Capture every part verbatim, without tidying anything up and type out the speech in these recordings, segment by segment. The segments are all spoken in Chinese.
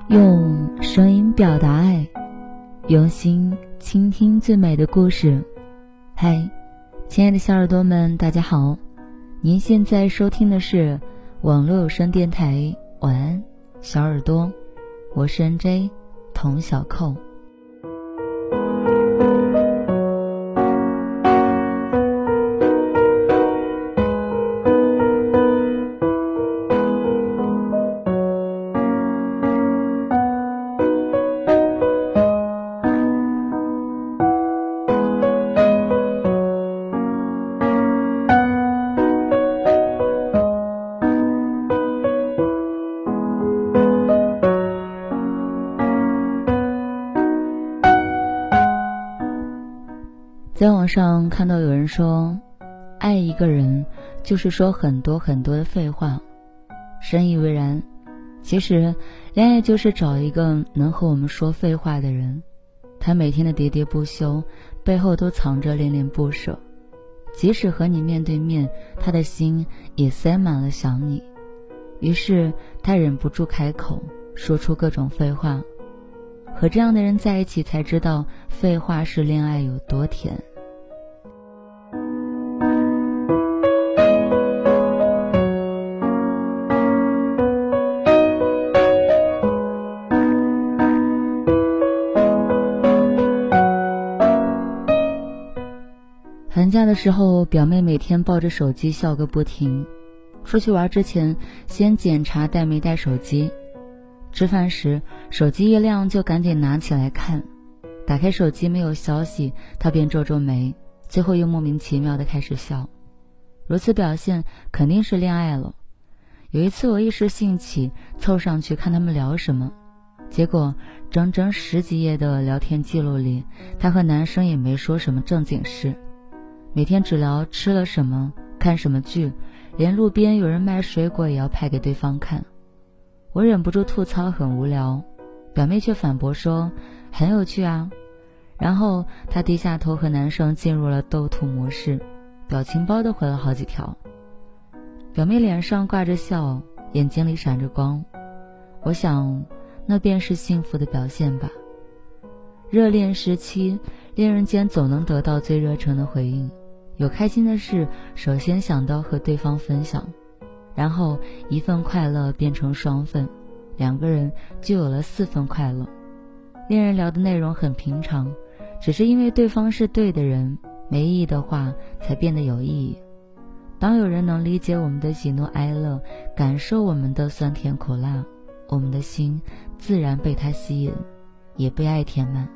用声音表达爱，用心倾听最美的故事。嗨，亲爱的小耳朵们，大家好，您现在收听的是网络有声电台晚安小耳朵，我是 N J 童小扣。在网上看到有人说，爱一个人就是说很多很多的废话，深以为然。其实恋爱就是找一个能和我们说废话的人，他每天的喋喋不休背后都藏着恋恋不舍，即使和你面对面，他的心也塞满了想你，于是他忍不住开口说出各种废话。和这样的人在一起，才知道废话是恋爱有多甜。寒假的时候，表妹每天抱着手机笑个不停，出去玩之前先检查带没带手机，吃饭时手机一亮就赶紧拿起来看，打开手机没有消息，她便皱皱眉，最后又莫名其妙地开始笑。如此表现肯定是恋爱了。有一次我一时兴起凑上去看他们聊什么，结果整整十几页的聊天记录里，她和男生也没说什么正经事，每天只聊吃了什么，看什么剧，连路边有人卖水果也要拍给对方看。我忍不住吐槽很无聊，表妹却反驳说很有趣啊。然后她低下头和男生进入了斗图模式，表情包都回了好几条。表妹脸上挂着笑，眼睛里闪着光，我想那便是幸福的表现吧。热恋时期，恋人间总能得到最热诚的回应，有开心的事首先想到和对方分享，然后一份快乐变成双份，两个人就有了四份快乐。恋人聊的内容很平常，只是因为对方是对的人，没意义的话才变得有意义。当有人能理解我们的喜怒哀乐，感受我们的酸甜苦辣，我们的心自然被他吸引，也被爱填满。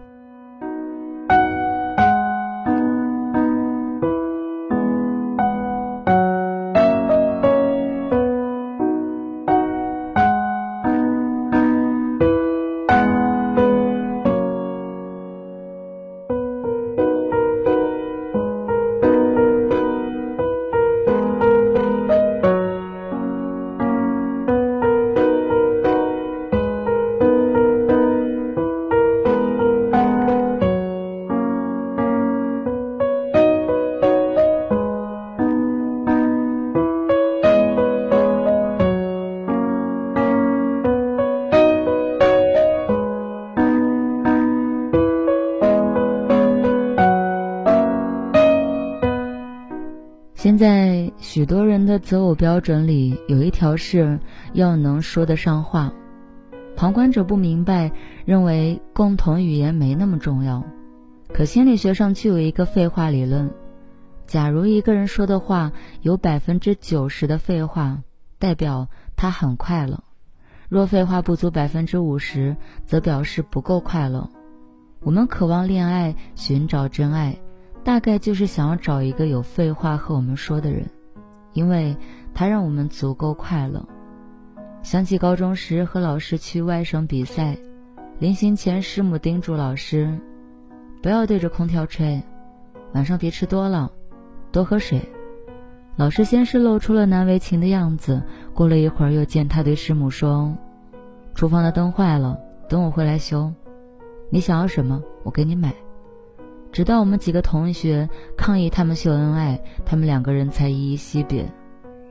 现在许多人的择偶标准里有一条是要能说得上话，旁观者不明白，认为共同语言没那么重要。可心理学上却有一个废话理论，假如一个人说的话有 百分之九十 的废话，代表他很快乐，若废话不足 百分之五十， 则表示不够快乐。我们渴望恋爱，寻找真爱，大概就是想要找一个有废话和我们说的人，因为他让我们足够快乐。想起高中时和老师去外省比赛，临行前师母叮嘱老师不要对着空调吹，晚上别吃多了，多喝水。老师先是露出了难为情的样子，过了一会儿又见他对师母说，厨房的灯坏了，等我回来修，你想要什么我给你买。直到我们几个同学抗议他们秀恩爱，他们两个人才依依惜别。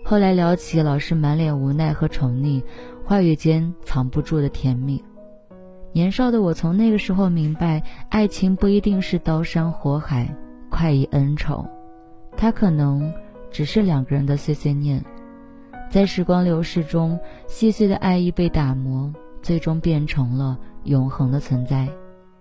后来聊起老是满脸无奈和宠溺，话语间藏不住的甜蜜。年少的我从那个时候明白，爱情不一定是刀山火海，快意恩仇，它可能只是两个人的碎碎念，在时光流逝中，细碎的爱意被打磨，最终变成了永恒的存在。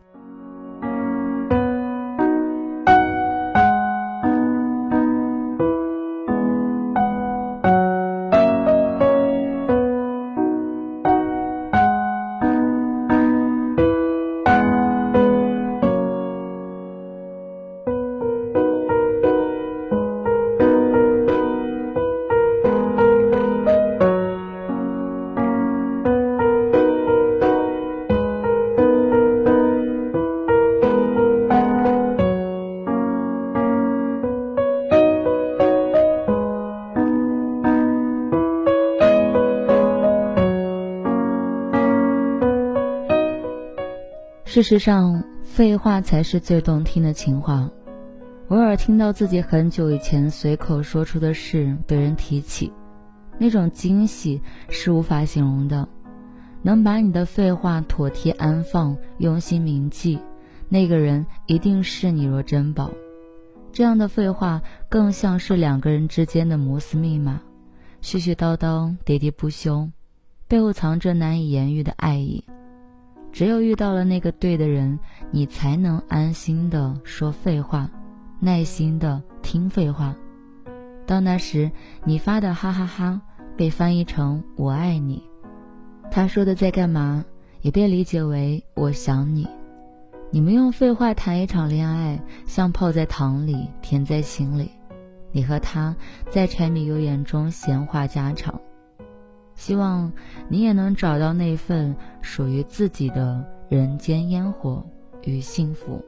事实上，废话才是最动听的情话。偶尔听到自己很久以前随口说出的事被人提起，那种惊喜是无法形容的。能把你的废话妥帖安放，用心铭记，那个人一定视你若珍宝。这样的废话更像是两个人之间的摩斯密码，絮絮叨叨，喋喋不休，背后藏着难以言喻的爱意。只有遇到了那个对的人，你才能安心的说废话，耐心的听废话。到那时，你发的哈哈哈被翻译成我爱你，他说的在干嘛也被理解为我想你。你们用废话谈一场恋爱，像泡在糖里，甜在心里。你和他在柴米油盐中闲话家常，希望你也能找到那份属于自己的人间烟火与幸福。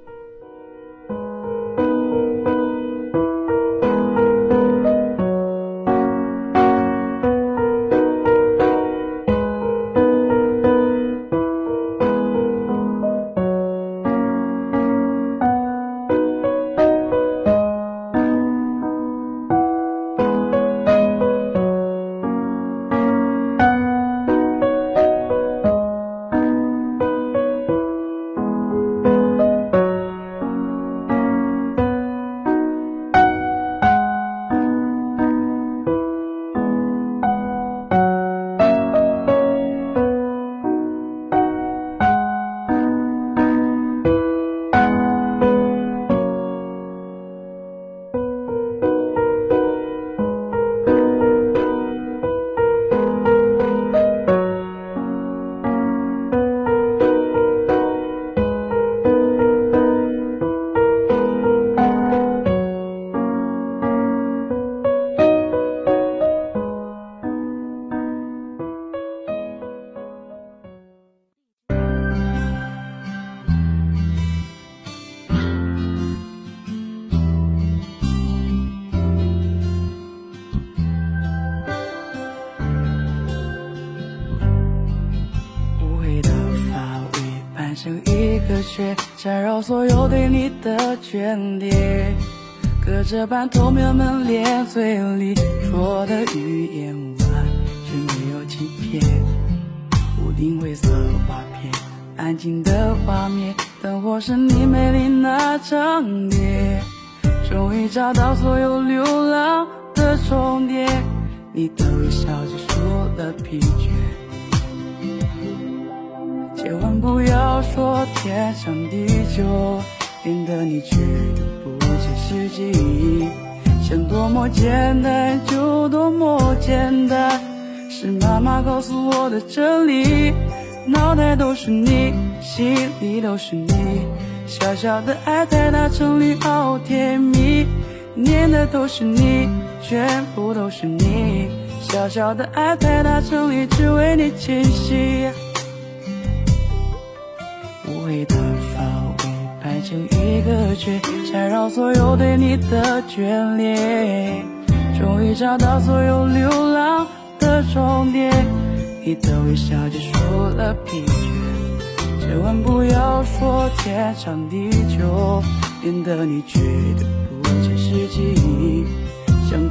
成一个圈，缠绕所有对你的眷恋，隔着半透明门帘，嘴里说的语言完全没有欺骗。屋顶灰色瓦片，安静的画面，灯火是你美丽那张脸。终于找到所有流浪的终点，你的微笑结束了疲倦。千万不要说天长地久，免得你觉得不切实际。想多么简单就多么简单，是妈妈告诉我的真理。脑袋都是你，心里都是你，小小的爱太大，城里好甜蜜。念的都是你，全部都是你，小小的爱太大，城里只为你倾泻。无谓的发尾排成一个圈，缠绕所有对你的眷恋。终于找到所有流浪的终点，你的微笑结束了疲倦。千万不要说天长地久，免得你觉得不切实际。想